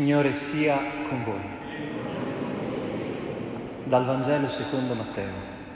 Signore sia con voi. Dal Vangelo secondo Matteo.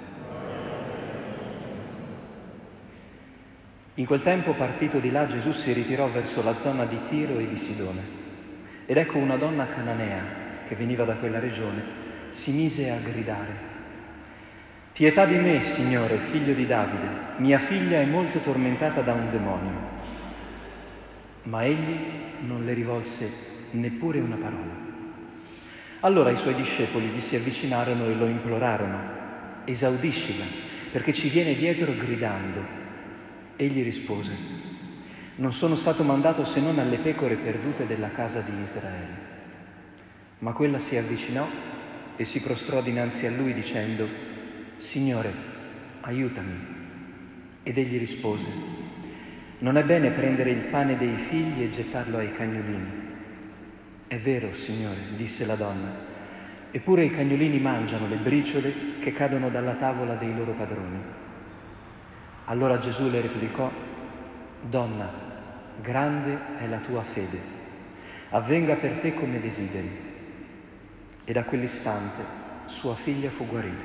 In quel tempo, partito di là, Gesù si ritirò verso la zona di Tiro e di Sidone. Ed ecco una donna cananea che veniva da quella regione si mise a gridare: «Pietà di me, Signore, figlio di Davide, mia figlia è molto tormentata da un demonio». Ma egli non le rivolse neppure una parola. Allora i suoi discepoli gli si avvicinarono e lo implorarono: «Esaudiscila, perché ci viene dietro gridando». Egli rispose: «Non sono stato mandato se non alle pecore perdute della casa di Israele». Ma quella si avvicinò e si prostrò dinanzi a lui dicendo: «Signore, aiutami». Ed egli rispose: «Non è bene prendere il pane dei figli e gettarlo ai cagnolini». «È vero, Signore», disse la donna, «eppure i cagnolini mangiano le briciole che cadono dalla tavola dei loro padroni». Allora Gesù le replicò: «Donna, grande è la tua fede, avvenga per te come desideri». E da quell'istante sua figlia fu guarita.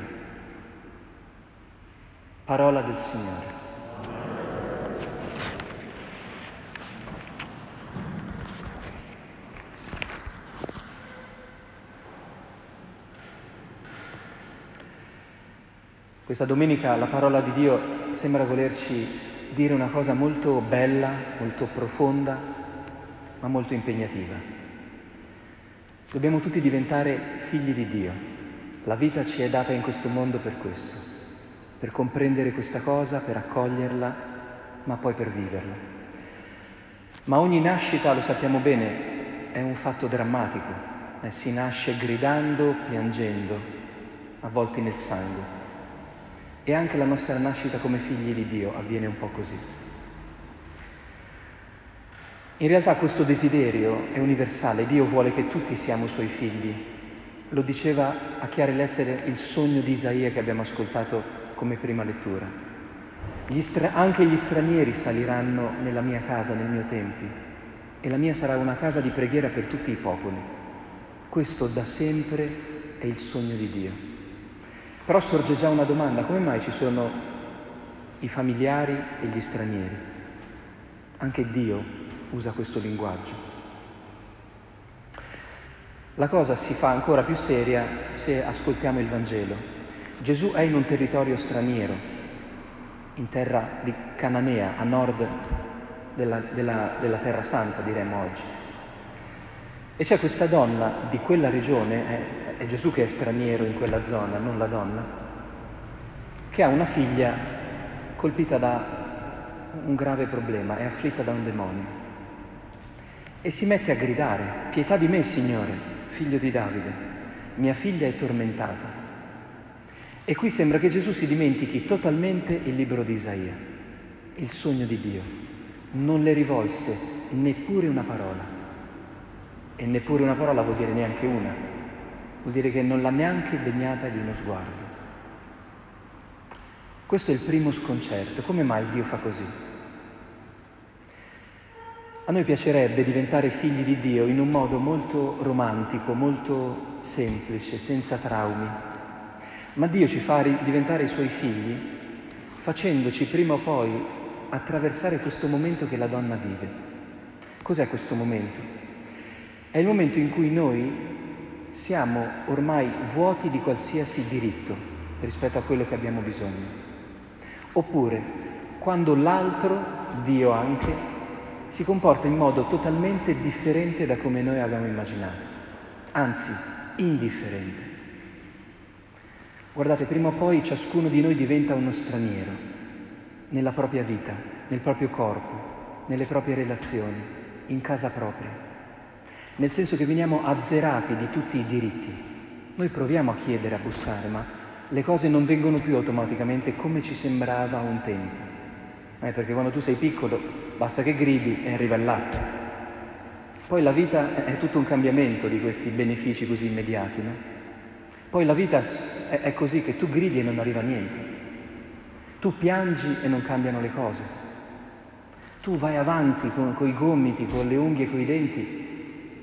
Parola del Signore. Questa domenica la parola di Dio sembra volerci dire una cosa molto bella, molto profonda, ma molto impegnativa. Dobbiamo tutti diventare figli di Dio. La vita ci è data in questo mondo per questo, per comprendere questa cosa, per accoglierla, ma poi per viverla. Ma ogni nascita, lo sappiamo bene, è un fatto drammatico. Si nasce gridando, piangendo, avvolti nel sangue. E anche la nostra nascita come figli di Dio avviene un po' così. In realtà questo desiderio è universale. Dio vuole che tutti siamo suoi figli. Lo diceva a chiare lettere il sogno di Isaia che abbiamo ascoltato come prima lettura. Anche gli stranieri saliranno nella mia casa, nel mio tempio, e la mia sarà una casa di preghiera per tutti i popoli. Questo da sempre è il sogno di Dio. Però sorge già una domanda: come mai ci sono i familiari e gli stranieri? Anche Dio usa questo linguaggio. La cosa si fa ancora più seria se ascoltiamo il Vangelo. Gesù è in un territorio straniero, in terra di Cananea, a nord della Terra Santa, diremmo oggi. E c'è questa donna di quella regione, è Gesù che è straniero in quella zona, non la donna, che ha una figlia colpita da un grave problema, è afflitta da un demonio. E si mette a gridare: «Pietà di me, Signore, figlio di Davide, mia figlia è tormentata». E qui sembra che Gesù si dimentichi totalmente il libro di Isaia, il sogno di Dio. Non le rivolse neppure una parola. E neppure una parola vuol dire neanche una. Vuol dire che non l'ha neanche degnata di uno sguardo. Questo è il primo sconcerto. Come mai Dio fa così? A noi piacerebbe diventare figli di Dio in un modo molto romantico, molto semplice, senza traumi. Ma Dio ci fa diventare i suoi figli facendoci prima o poi attraversare questo momento che la donna vive. Cos'è questo momento? È il momento in cui noi siamo ormai vuoti di qualsiasi diritto rispetto a quello che abbiamo bisogno. Oppure quando l'altro, Dio anche, si comporta in modo totalmente differente da come noi avevamo immaginato, anzi indifferente. Guardate, prima o poi ciascuno di noi diventa uno straniero nella propria vita, nel proprio corpo, nelle proprie relazioni, in casa propria. Nel senso che veniamo azzerati di tutti i diritti. Noi proviamo a chiedere, a bussare, ma le cose non vengono più automaticamente come ci sembrava un tempo. Perché quando tu sei piccolo basta che gridi e arriva il latte. Poi la vita è tutto un cambiamento di questi benefici così immediati, no? Poi la vita è così, che tu gridi e non arriva niente. Tu piangi e non cambiano le cose. Tu vai avanti con i gomiti, con le unghie, con i denti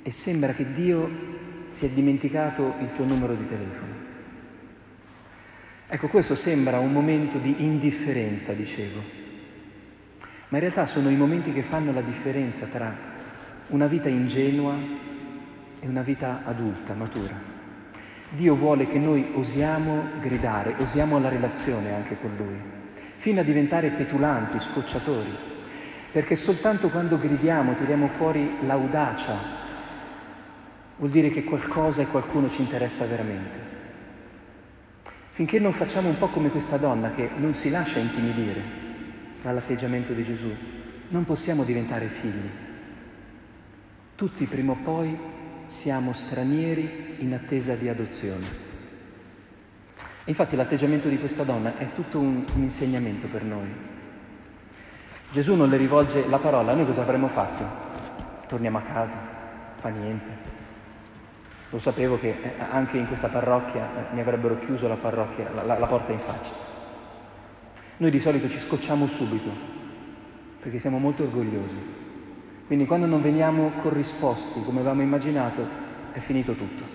e sembra che Dio si è dimenticato il tuo numero di telefono. Ecco, questo sembra un momento di indifferenza, dicevo, ma in realtà sono i momenti che fanno la differenza tra una vita ingenua e una vita adulta, matura. Dio vuole che noi osiamo gridare, osiamo la relazione anche con Lui, fino a diventare petulanti, scocciatori, perché soltanto quando gridiamo tiriamo fuori l'audacia, vuol dire che qualcosa e qualcuno ci interessa veramente. Finché non facciamo un po' come questa donna che non si lascia intimidire dall'atteggiamento di Gesù, non possiamo diventare figli. Tutti prima o poi siamo stranieri in attesa di adozione. E infatti l'atteggiamento di questa donna è tutto un insegnamento per noi. Gesù non le rivolge la parola, noi cosa avremmo fatto? Torniamo a casa, fa niente. Lo sapevo che anche in questa parrocchia mi avrebbero chiuso la parrocchia, la porta in faccia. Noi di solito ci scocciamo subito, perché siamo molto orgogliosi. Quindi quando non veniamo corrisposti come avevamo immaginato, è finito tutto.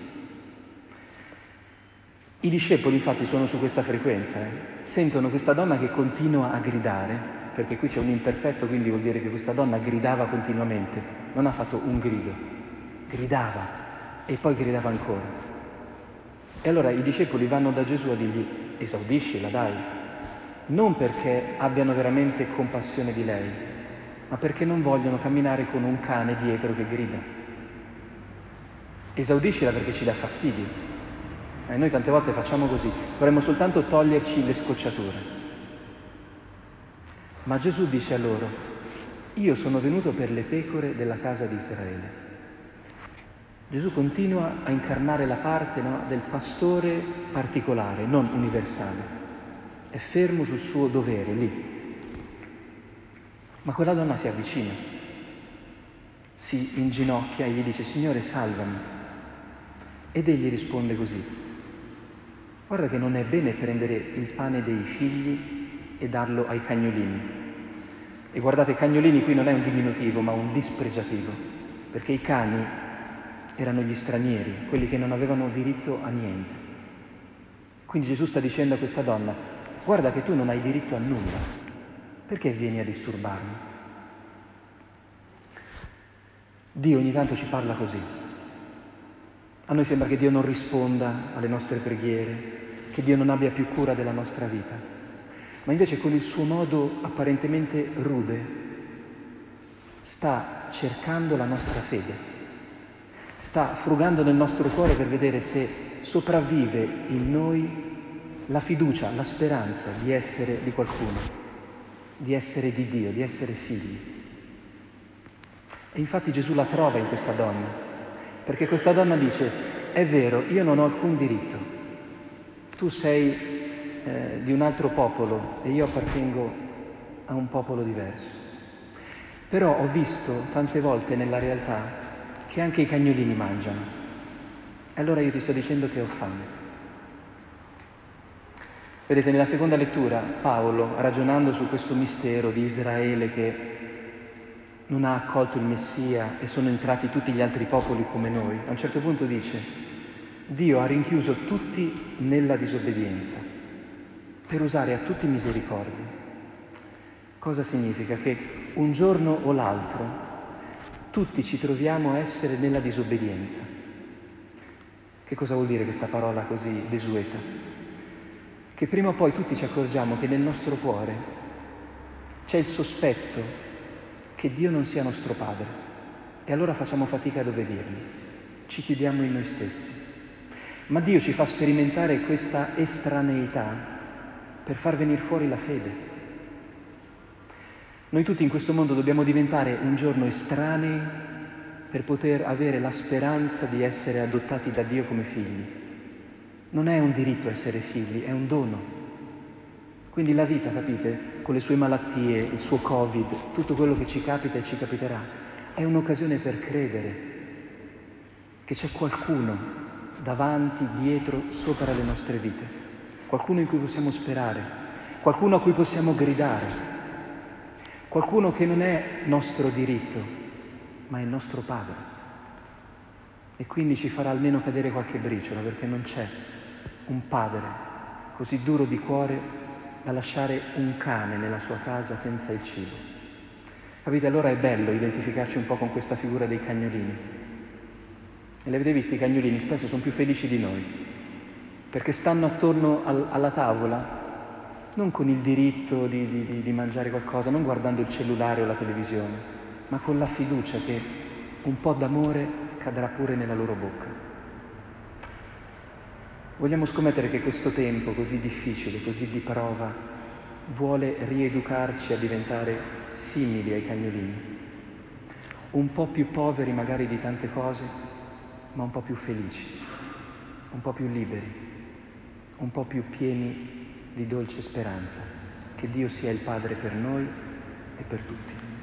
I discepoli infatti sono su questa frequenza, sentono questa donna che continua a gridare, perché qui c'è un imperfetto, quindi vuol dire che questa donna gridava continuamente, non ha fatto un grido, gridava e poi gridava ancora. E allora i discepoli vanno da Gesù a dirgli: esaudiscila, dai, non perché abbiano veramente compassione di lei, ma perché non vogliono camminare con un cane dietro che grida. Esaudiscila perché ci dà fastidio. Noi tante volte facciamo così, vorremmo soltanto toglierci le scocciature. Ma Gesù dice a loro: io sono venuto per le pecore della casa di Israele. Gesù continua a incarnare la parte, no, del pastore particolare, non universale. È fermo sul suo dovere, lì. Ma quella donna si avvicina, si inginocchia e gli dice: Signore, salvami. Ed egli risponde così: guarda che non è bene prendere il pane dei figli e darlo ai cagnolini. E guardate, cagnolini qui non è un diminutivo, ma un dispregiativo, perché i cani erano gli stranieri, quelli che non avevano diritto a niente. Quindi Gesù sta dicendo a questa donna: guarda che tu non hai diritto a nulla. Perché vieni a disturbarmi? Dio ogni tanto ci parla così. A noi sembra che Dio non risponda alle nostre preghiere, che Dio non abbia più cura della nostra vita. Ma invece con il suo modo apparentemente rude sta cercando la nostra fede. Sta frugando nel nostro cuore per vedere se sopravvive in noi la fiducia, la speranza di essere di qualcuno, di essere di Dio, di essere figli. E infatti Gesù la trova in questa donna, perché questa donna dice: è vero, io non ho alcun diritto, tu sei di un altro popolo e io appartengo a un popolo diverso, però ho visto tante volte nella realtà che anche i cagnolini mangiano, e allora io ti sto dicendo che ho fame. Vedete, nella seconda lettura Paolo, ragionando su questo mistero di Israele che non ha accolto il Messia e sono entrati tutti gli altri popoli come noi, a un certo punto dice: Dio ha rinchiuso tutti nella disobbedienza per usare a tutti misericordia. Cosa significa? Che un giorno o l'altro tutti ci troviamo a essere nella disobbedienza. Che cosa vuol dire questa parola così desueta? Che prima o poi tutti ci accorgiamo che nel nostro cuore c'è il sospetto che Dio non sia nostro Padre, e allora facciamo fatica ad obbedirgli, ci chiudiamo in noi stessi. Ma Dio ci fa sperimentare questa estraneità per far venire fuori la fede. Noi tutti in questo mondo dobbiamo diventare un giorno estranei per poter avere la speranza di essere adottati da Dio come figli. Non è un diritto essere figli, è un dono. Quindi la vita, capite, con le sue malattie, il suo Covid, tutto quello che ci capita e ci capiterà, è un'occasione per credere che c'è qualcuno davanti, dietro, sopra le nostre vite, qualcuno in cui possiamo sperare, qualcuno a cui possiamo gridare, qualcuno che non è nostro diritto, ma è il nostro Padre. e quindi ci farà almeno cadere qualche briciola, perché non c'è un padre così duro di cuore da lasciare un cane nella sua casa senza il cibo. Capite? Allora è bello identificarci un po' con questa figura dei cagnolini. E li avete visti, i cagnolini spesso sono più felici di noi, perché stanno attorno alla tavola non con il diritto di mangiare qualcosa, non guardando il cellulare o la televisione, ma con la fiducia che un po' d'amore cadrà pure nella loro bocca. Vogliamo scommettere che questo tempo così difficile, così di prova, vuole rieducarci a diventare simili ai cagnolini, un po' più poveri magari di tante cose, ma un po' più felici, un po' più liberi, un po' più pieni di dolce speranza. Che Dio sia il Padre per noi e per tutti.